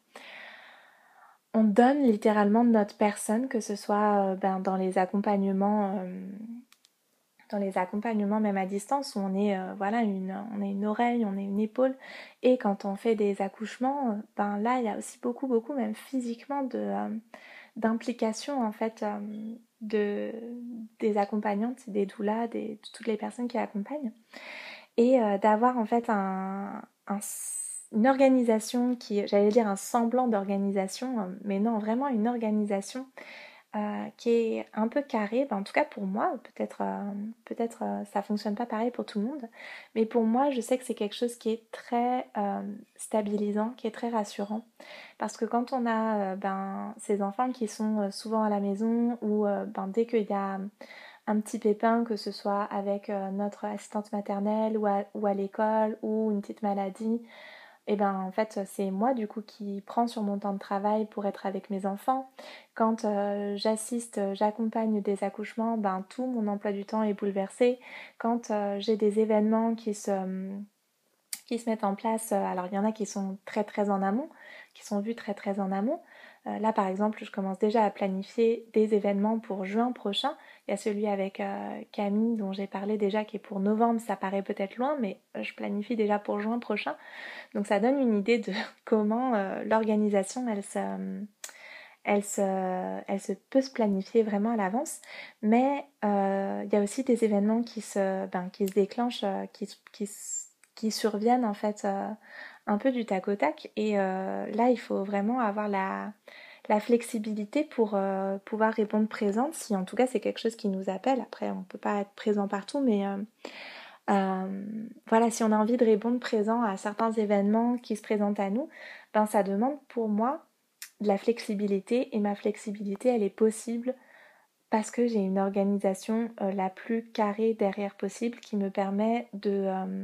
on donne littéralement de notre personne, que ce soit euh, ben, dans les accompagnements euh, dans les accompagnements même à distance où on est euh, voilà une on est une oreille, on est une épaule, et quand on fait des accouchements, euh, ben là il y a aussi beaucoup beaucoup même physiquement de euh, d'implication en fait euh, de des accompagnantes, des doulas, des, de toutes les personnes qui accompagnent, et euh, d'avoir en fait un, un une organisation qui, j'allais dire un semblant d'organisation, euh, mais non vraiment une organisation euh, qui est un peu carré, ben, en tout cas pour moi, peut-être euh, peut-être euh, ça fonctionne pas pareil pour tout le monde, mais pour moi je sais que c'est quelque chose qui est très euh, stabilisant, qui est très rassurant, parce que quand on a euh, ben, ces enfants qui sont euh, souvent à la maison ou euh, ben, dès qu'il y a un petit pépin, que ce soit avec euh, notre assistante maternelle ou à, ou à l'école ou une petite maladie, et ben en fait c'est moi du coup qui prends sur mon temps de travail pour être avec mes enfants. Quand euh, j'assiste, j'accompagne des accouchements, ben tout mon emploi du temps est bouleversé. Quand euh, j'ai des événements qui se, qui se mettent en place, euh, alors il y en a qui sont très très en amont, qui sont vus très très en amont. Euh, là par exemple je commence déjà à planifier des événements pour juin prochain. Il y a celui avec euh, Camille dont j'ai parlé déjà qui est pour novembre, ça paraît peut-être loin mais euh, je planifie déjà pour juin prochain. Donc ça donne une idée de comment euh, l'organisation elle se, elle, se, elle se peut se planifier vraiment à l'avance. Mais euh, il y a aussi des événements qui se, ben, qui se déclenchent, euh, qui, qui, qui surviennent en fait euh, un peu du tac au tac. Et euh, là il faut vraiment avoir la, la flexibilité pour euh, pouvoir répondre présente, si en tout cas c'est quelque chose qui nous appelle. Après on peut pas être présent partout, mais euh, euh, voilà, si on a envie de répondre présent à certains événements qui se présentent à nous, ben ça demande pour moi de la flexibilité et ma flexibilité elle est possible parce que j'ai une organisation euh, la plus carrée derrière possible qui me permet de, euh,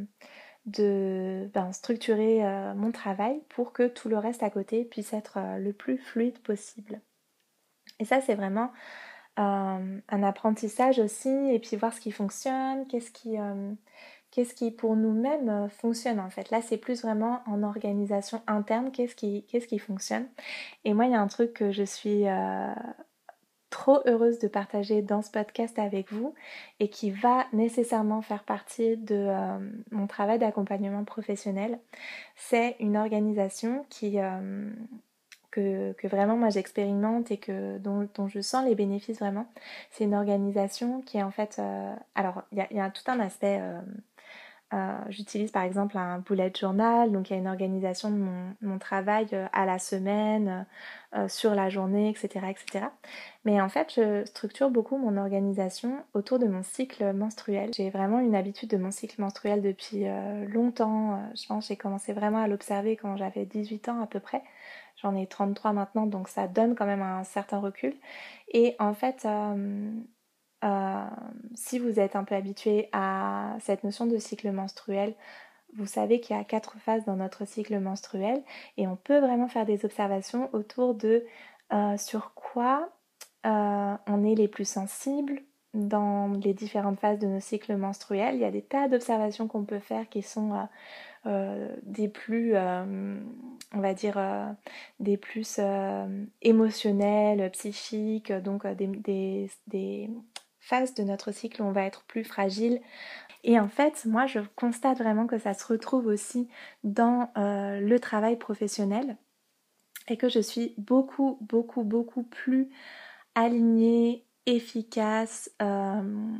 de ben, structurer euh, mon travail pour que tout le reste à côté puisse être euh, le plus fluide possible. Et ça c'est vraiment euh, un apprentissage aussi et puis voir ce qui fonctionne, qu'est-ce qui... euh, qu'est-ce qui pour nous-mêmes euh, fonctionne en fait. Là c'est plus vraiment en organisation interne, qu'est-ce qui, qu'est-ce qui fonctionne. Et moi il y a un truc que je suis euh, trop heureuse de partager dans ce podcast avec vous et qui va nécessairement faire partie de euh, mon travail d'accompagnement professionnel. C'est une organisation qui... Euh, que, que vraiment moi j'expérimente et que dont, dont je sens les bénéfices vraiment. C'est une organisation qui est en fait... euh, alors il y a, y a tout un aspect... Euh, euh, j'utilise par exemple un bullet journal, donc il y a une organisation de mon, mon travail euh, à la semaine, euh, sur la journée, et cetera, et cetera. Mais en fait, je structure beaucoup mon organisation autour de mon cycle menstruel. J'ai vraiment une habitude de mon cycle menstruel depuis euh, longtemps. Euh, je pense que j'ai commencé vraiment à l'observer quand j'avais dix-huit ans à peu près. J'en ai trente-trois maintenant, donc ça donne quand même un certain recul. Et en fait, euh, euh, si vous êtes un peu habitué à cette notion de cycle menstruel, vous savez qu'il y a quatre phases dans notre cycle menstruel et on peut vraiment faire des observations autour de euh, sur quoi euh, on est les plus sensibles dans les différentes phases de nos cycles menstruels. Il y a des tas d'observations qu'on peut faire qui sont euh, euh, des plus, euh, on va dire, euh, des plus euh, émotionnelles, psychiques, donc euh, des, des, des phases de notre cycle où on va être plus fragile. Et en fait, moi, je constate vraiment que ça se retrouve aussi dans euh, le travail professionnel et que je suis beaucoup, beaucoup, beaucoup plus alignée, efficace, euh,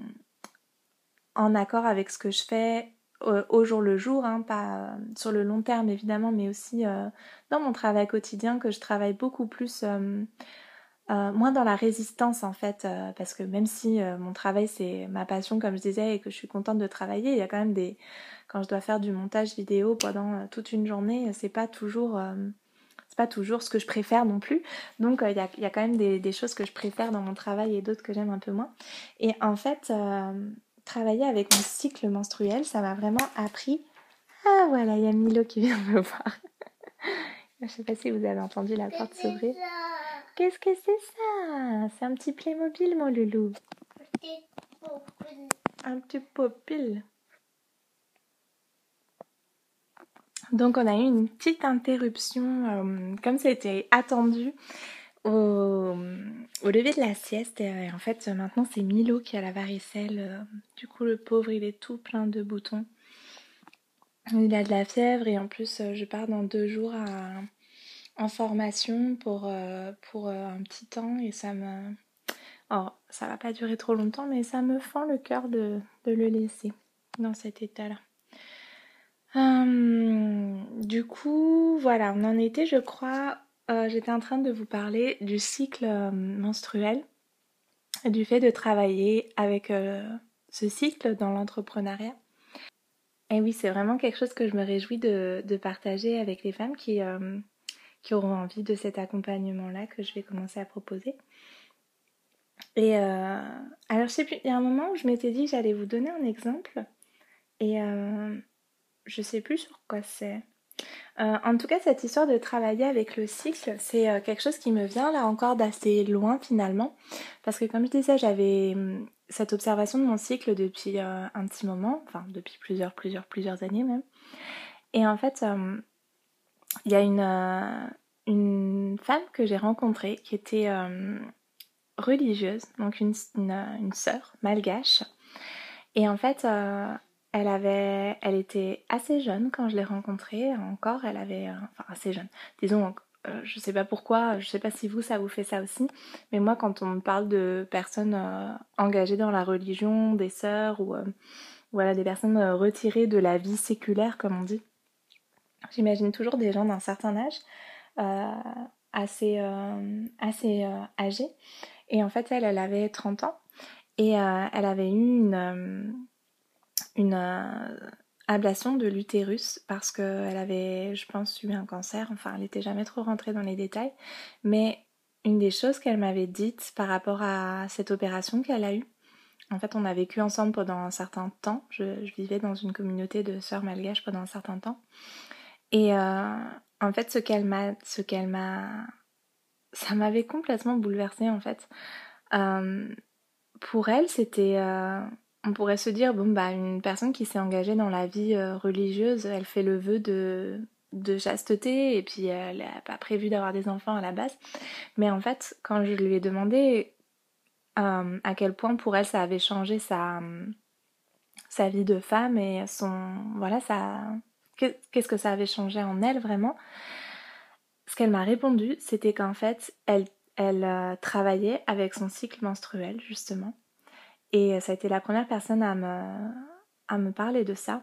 en accord avec ce que je fais euh, au jour le jour, hein, pas euh, sur le long terme évidemment, mais aussi euh, dans mon travail quotidien, que je travaille beaucoup plus, euh, euh, moins dans la résistance en fait, euh, parce que même si euh, mon travail c'est ma passion comme je disais et que je suis contente de travailler, il y a quand même des... Quand je dois faire du montage vidéo pendant euh, toute une journée, c'est pas toujours... euh, c'est pas toujours ce que je préfère non plus. Donc il euh, y, a, y a quand même des, des choses que je préfère dans mon travail et d'autres que j'aime un peu moins. Et en fait, euh, travailler avec mon cycle menstruel, ça m'a vraiment appris. Ah voilà, il y a Milo qui vient me voir. Je sais pas si vous avez entendu la porte s'ouvrir. Qu'est-ce que c'est ça? C'est un petit Playmobil, mon loulou. Un petit popil. Donc on a eu une petite interruption, euh, comme c'était attendu, au, au lever de la sieste. Et en fait, maintenant c'est Milo qui a la varicelle. Du coup, le pauvre, il est tout plein de boutons. Il a de la fièvre et en plus, je pars dans deux jours à, en formation pour, euh, pour euh, un petit temps et ça me... Oh, ça va pas durer trop longtemps, mais ça me fend le cœur de, de le laisser dans cet état-là. Hum, du coup, voilà, on en était, je crois, euh, j'étais en train de vous parler du cycle euh, menstruel. du fait de travailler avec euh, ce cycle dans l'entrepreneuriat. Et oui, c'est vraiment quelque chose que je me réjouis de, de partager avec les femmes qui, euh, qui auront envie de cet accompagnement-là que je vais commencer à proposer. Et euh, alors, je sais plus, il y a un moment où je m'étais dit que j'allais vous donner un exemple. Et euh, je sais plus sur quoi c'est. Euh, en tout cas, cette histoire de travailler avec le cycle, c'est euh, quelque chose qui me vient là encore d'assez loin finalement. Parce que comme je disais, j'avais hum, cette observation de mon cycle depuis euh, un petit moment, enfin depuis plusieurs, plusieurs, plusieurs années même. Et en fait, euh, il y a une, euh, une femme que j'ai rencontrée qui était euh, religieuse, donc une, une, une sœur malgache. Et en fait, euh, elle avait, elle était assez jeune quand je l'ai rencontrée. Encore, elle avait, euh, enfin assez jeune. Disons, euh, je sais pas pourquoi, je sais pas si vous ça vous fait ça aussi, mais moi quand on me parle de personnes euh, engagées dans la religion, des sœurs ou euh, voilà des personnes euh, retirées de la vie séculaire comme on dit, j'imagine toujours des gens d'un certain âge, euh, assez, euh, assez euh, âgés. Et en fait, elle, elle avait trente ans et euh, elle avait eu une euh, une euh, ablation de l'utérus parce qu'elle avait, je pense, eu un cancer. Enfin, elle n'était jamais trop rentrée dans les détails. Mais une des choses qu'elle m'avait dites par rapport à cette opération qu'elle a eue, en fait, on a vécu ensemble pendant un certain temps. Je, je vivais dans une communauté de sœurs malgaches pendant un certain temps. Et euh, en fait, ce qu'elle m'a, ce qu'elle m'a, ça m'avait complètement bouleversée en fait. Euh, pour elle, c'était, euh, on pourrait se dire, bon bah une personne qui s'est engagée dans la vie euh, religieuse, elle fait le vœu de, de chasteté et puis elle n'a pas prévu d'avoir des enfants à la base. Mais en fait, quand je lui ai demandé euh, à quel point pour elle ça avait changé sa, sa vie de femme et son, voilà, ça, qu'est-ce que ça avait changé en elle vraiment, ce qu'elle m'a répondu, c'était qu'en fait, elle, elle euh, travaillait avec son cycle menstruel justement. Et ça a été la première personne à me, à me parler de ça.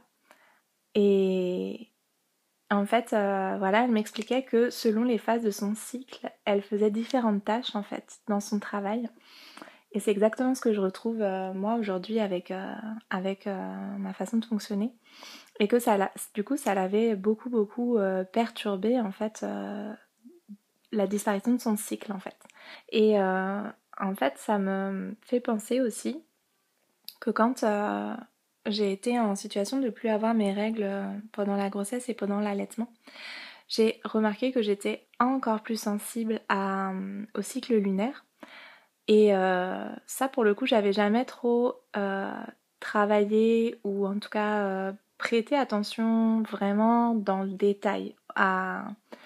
Et en fait, euh, voilà, elle m'expliquait que selon les phases de son cycle, elle faisait différentes tâches en fait dans son travail. Et c'est exactement ce que je retrouve euh, moi aujourd'hui avec, euh, avec euh, ma façon de fonctionner. Et que ça, du coup, ça l'avait beaucoup, beaucoup euh, perturbé en fait, euh, la disparition de son cycle en fait. Et euh, en fait, ça me fait penser aussi que quand euh, j'ai été en situation de plus avoir mes règles pendant la grossesse et pendant l'allaitement, j'ai remarqué que j'étais encore plus sensible à, euh, au cycle lunaire. Et euh, ça, pour le coup, j'avais jamais trop euh, travaillé ou en tout cas euh, prêté attention vraiment dans le détail à,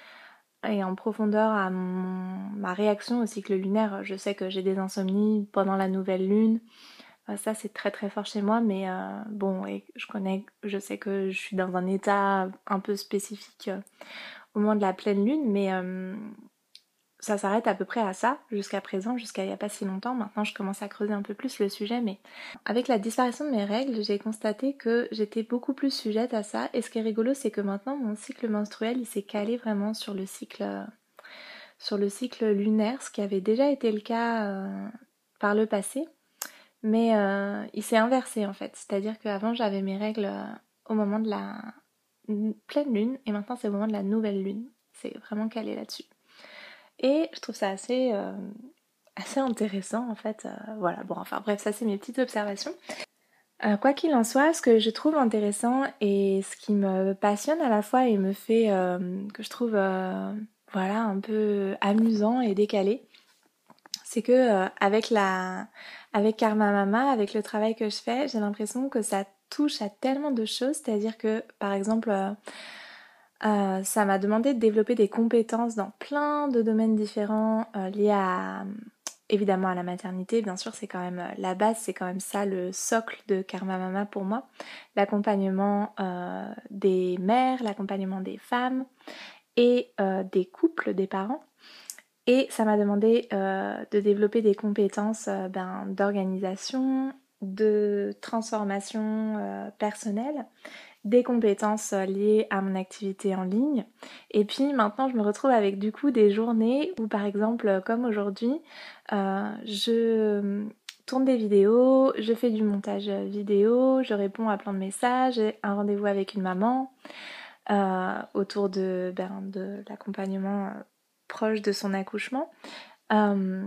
et en profondeur à mon, ma réaction au cycle lunaire. Je sais que j'ai des insomnies pendant la nouvelle lune. Ça c'est très très fort chez moi, mais euh, bon, et je connais, je sais que je suis dans un état un peu spécifique euh, au moment de la pleine lune, mais euh, ça s'arrête à peu près à ça jusqu'à présent, jusqu'à il n'y a pas si longtemps. Maintenant je commence à creuser un peu plus le sujet, mais avec la disparition de mes règles, j'ai constaté que j'étais beaucoup plus sujette à ça, et ce qui est rigolo c'est que maintenant mon cycle menstruel il s'est calé vraiment sur le cycle, euh, sur le cycle lunaire, ce qui avait déjà été le cas euh, par le passé. Mais euh, il s'est inversé en fait, c'est-à-dire qu'avant j'avais mes règles euh, au moment de la pleine lune et maintenant c'est au moment de la nouvelle lune. C'est vraiment calé là-dessus. Et je trouve ça assez, euh, assez intéressant en fait. Euh, voilà, bon enfin bref, ça c'est mes petites observations. Euh, quoi qu'il en soit, ce que je trouve intéressant et ce qui me passionne à la fois et me fait, euh, que je trouve euh, voilà, un peu amusant et décalé, c'est que euh, avec la avec Karma Mama, avec le travail que je fais, j'ai l'impression que ça touche à tellement de choses, c'est-à-dire que par exemple euh, euh, ça m'a demandé de développer des compétences dans plein de domaines différents euh, liés à évidemment à la maternité, bien sûr, c'est quand même euh, la base, c'est quand même ça le socle de Karma Mama pour moi, l'accompagnement euh, des mères, l'accompagnement des femmes et euh, des couples, des parents. Et ça m'a demandé euh, de développer des compétences euh, ben, d'organisation, de transformation euh, personnelle, des compétences euh, liées à mon activité en ligne. Et puis maintenant, je me retrouve avec du coup des journées où par exemple, comme aujourd'hui, euh, je tourne des vidéos, je fais du montage vidéo, je réponds à plein de messages, j'ai un rendez-vous avec une maman euh, autour de, ben, de l'accompagnement euh, proche de son accouchement. Euh,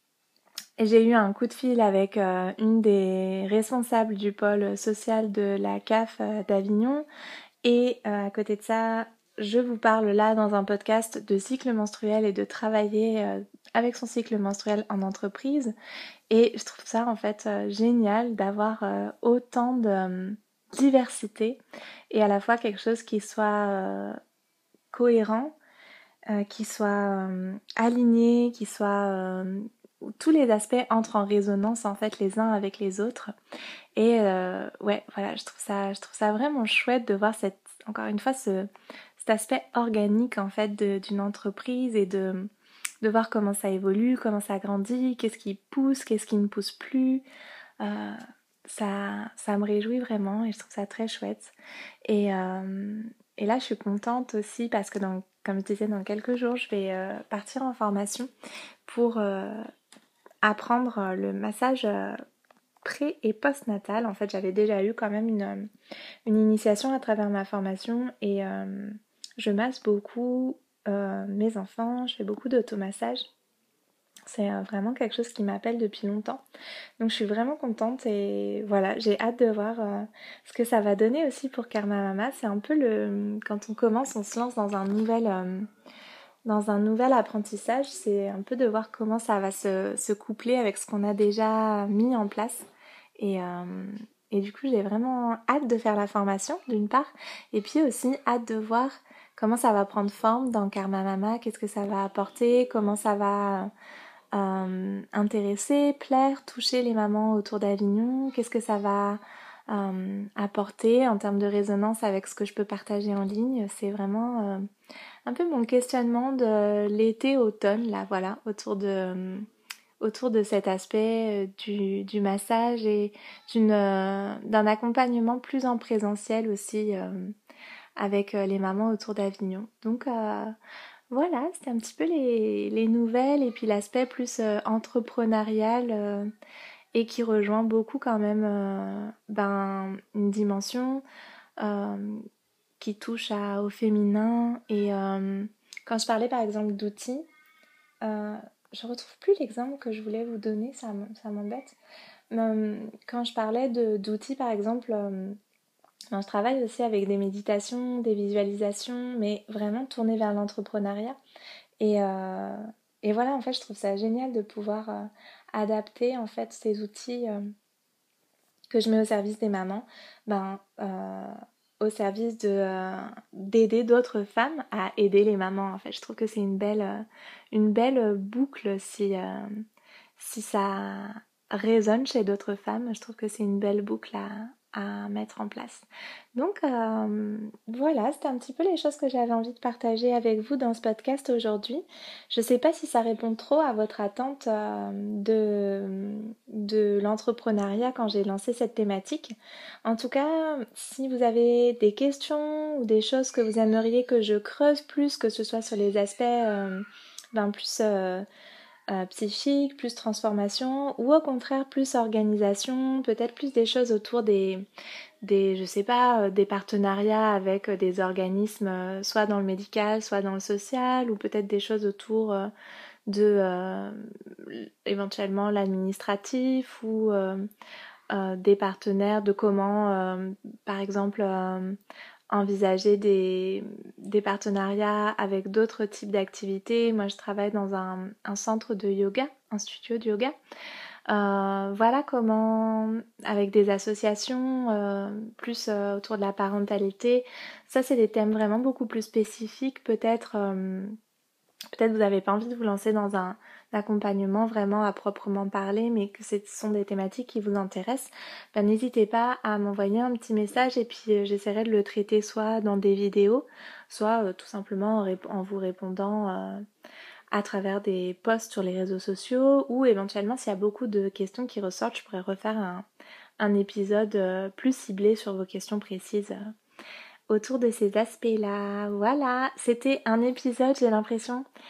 et j'ai eu un coup de fil avec euh, une des responsables du pôle social de la C A F euh, d'Avignon. Et euh, à côté de ça, je vous parle là dans un podcast de cycle menstruel et de travailler euh, avec son cycle menstruel en entreprise. Et je trouve ça en fait euh, génial d'avoir euh, autant de euh, diversité et à la fois quelque chose qui soit euh, cohérent, euh, qui soit euh, aligné, qui soit... Euh, où tous les aspects entrent en résonance en fait les uns avec les autres. Et euh, ouais, voilà, je trouve ça, je trouve ça vraiment chouette de voir cette, encore une fois, ce, cet aspect organique en fait de- d'une entreprise et de, de voir comment ça évolue, comment ça grandit, qu'est-ce qui pousse, qu'est-ce qui ne pousse plus. Euh, ça, ça me réjouit vraiment et je trouve ça très chouette. Et, euh, et là, je suis contente aussi parce que, dans, comme je disais, dans quelques jours, je vais euh, partir en formation pour euh, apprendre le massage euh, pré- et post-natal. En fait, j'avais déjà eu quand même une, une initiation à travers ma formation et euh, je masse beaucoup euh, mes enfants, je fais beaucoup d'automassage. C'est euh, vraiment quelque chose qui m'appelle depuis longtemps. Donc je suis vraiment contente et voilà, j'ai hâte de voir euh, ce que ça va donner aussi pour Karma Mama. C'est un peu le... Quand on commence, on se lance dans un nouvel... euh, dans un nouvel apprentissage, c'est un peu de voir comment ça va se, se coupler avec ce qu'on a déjà mis en place. Et, euh, et du coup, j'ai vraiment hâte de faire la formation, d'une part, et puis aussi hâte de voir comment ça va prendre forme dans Karma Mama, qu'est-ce que ça va apporter, comment ça va euh, intéresser, plaire, toucher les mamans autour d'Avignon, qu'est-ce que ça va euh, apporter en termes de résonance avec ce que je peux partager en ligne. C'est vraiment... Euh, un peu mon questionnement de l'été-automne, là, voilà, autour de, autour de cet aspect euh, du, du massage et d'une, euh, d'un accompagnement plus en présentiel aussi euh, avec euh, les mamans autour d'Avignon. Donc euh, voilà, c'était un petit peu les, les nouvelles et puis l'aspect plus euh, entrepreneurial euh, et qui rejoint beaucoup quand même euh, ben, une dimension euh, qui touche à, au féminin. Et euh, quand je parlais par exemple d'outils, euh, je retrouve plus l'exemple que je voulais vous donner, ça, ça m'embête. Euh, quand je parlais de, d'outils par exemple, euh, ben, je travaille aussi avec des méditations, des visualisations, mais vraiment tournées vers l'entrepreneuriat. Et, euh, et voilà, en fait, je trouve ça génial de pouvoir euh, adapter en fait ces outils euh, que je mets au service des mamans, ben, euh, au service de, euh, d'aider d'autres femmes à aider les mamans. En fait, je trouve que c'est une belle, euh, une belle boucle si, euh, si ça résonne chez d'autres femmes. Je trouve que c'est une belle boucle à, à mettre en place. Donc euh, voilà, c'était un petit peu les choses que j'avais envie de partager avec vous dans ce podcast aujourd'hui. Je ne sais pas si ça répond trop à votre attente euh, de, de l'entrepreneuriat quand j'ai lancé cette thématique. En tout cas, si vous avez des questions ou des choses que vous aimeriez que je creuse plus, que ce soit sur les aspects euh, ben plus... Euh, euh, psychique, plus transformation, ou au contraire plus organisation, peut-être plus des choses autour des, des je sais pas, euh, des partenariats avec euh, des organismes, euh, soit dans le médical, soit dans le social, ou peut-être des choses autour euh, de euh, éventuellement l'administratif ou euh, euh, des partenaires, de comment, euh, par exemple, euh, envisager des, des partenariats avec d'autres types d'activités. Moi, je travaille dans un, un centre de yoga, un studio de yoga. Euh, voilà comment, avec des associations, euh, plus euh, autour de la parentalité. Ça, c'est des thèmes vraiment beaucoup plus spécifiques, peut-être. Euh, Peut-être vous n'avez pas envie de vous lancer dans un accompagnement vraiment à proprement parler, mais que ce sont des thématiques qui vous intéressent, ben, n'hésitez pas à m'envoyer un petit message et puis euh, j'essaierai de le traiter soit dans des vidéos, soit euh, tout simplement en, rép- en vous répondant euh, à travers des posts sur les réseaux sociaux ou éventuellement s'il y a beaucoup de questions qui ressortent, je pourrais refaire un, un épisode euh, plus ciblé sur vos questions précises. euh, autour de ces aspects-là. Voilà, c'était un épisode, j'ai l'impression,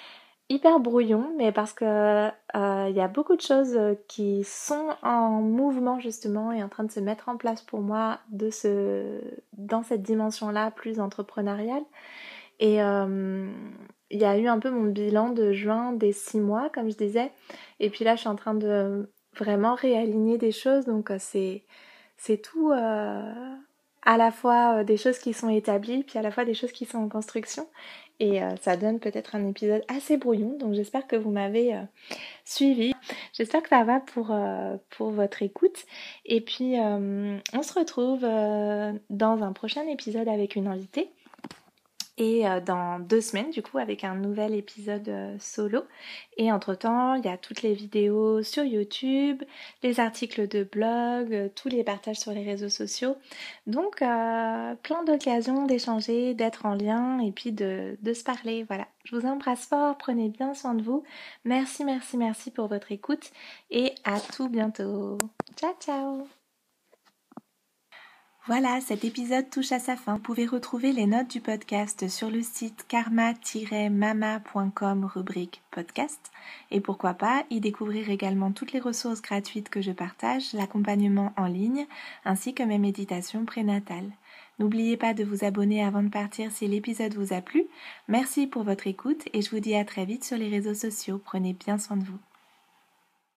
hyper brouillon, mais parce que euh, il y a beaucoup de choses euh, qui sont en mouvement justement et en train de se mettre en place pour moi de ce, dans cette dimension-là plus entrepreneuriale. Et euh, il y a eu un peu mon bilan de juin des six mois, comme je disais. Et puis là, je suis en train de vraiment réaligner des choses. Donc euh, c'est c'est tout euh, à la fois euh, des choses qui sont établies, puis à la fois des choses qui sont en construction. Et euh, ça donne peut-être un épisode assez brouillon. Donc j'espère que vous m'avez euh, suivi. J'espère que ça va pour, euh, pour votre écoute. Et puis euh, on se retrouve euh, dans un prochain épisode avec une invitée. Et euh, dans deux semaines, du coup, avec un nouvel épisode euh, solo. Et entre-temps, il y a toutes les vidéos sur YouTube, les articles de blog, euh, tous les partages sur les réseaux sociaux. Donc, euh, plein d'occasions d'échanger, d'être en lien et puis de, de se parler. Voilà. Je vous embrasse fort, prenez bien soin de vous. Merci, merci, merci pour votre écoute et à tout bientôt. Ciao, ciao! Voilà, cet épisode touche à sa fin. Vous pouvez retrouver les notes du podcast sur le site karma tiret mama point com rubrique podcast. Et pourquoi pas y découvrir également toutes les ressources gratuites que je partage, l'accompagnement en ligne, ainsi que mes méditations prénatales. N'oubliez pas de vous abonner avant de partir si l'épisode vous a plu. Merci pour votre écoute et je vous dis à très vite sur les réseaux sociaux. Prenez bien soin de vous.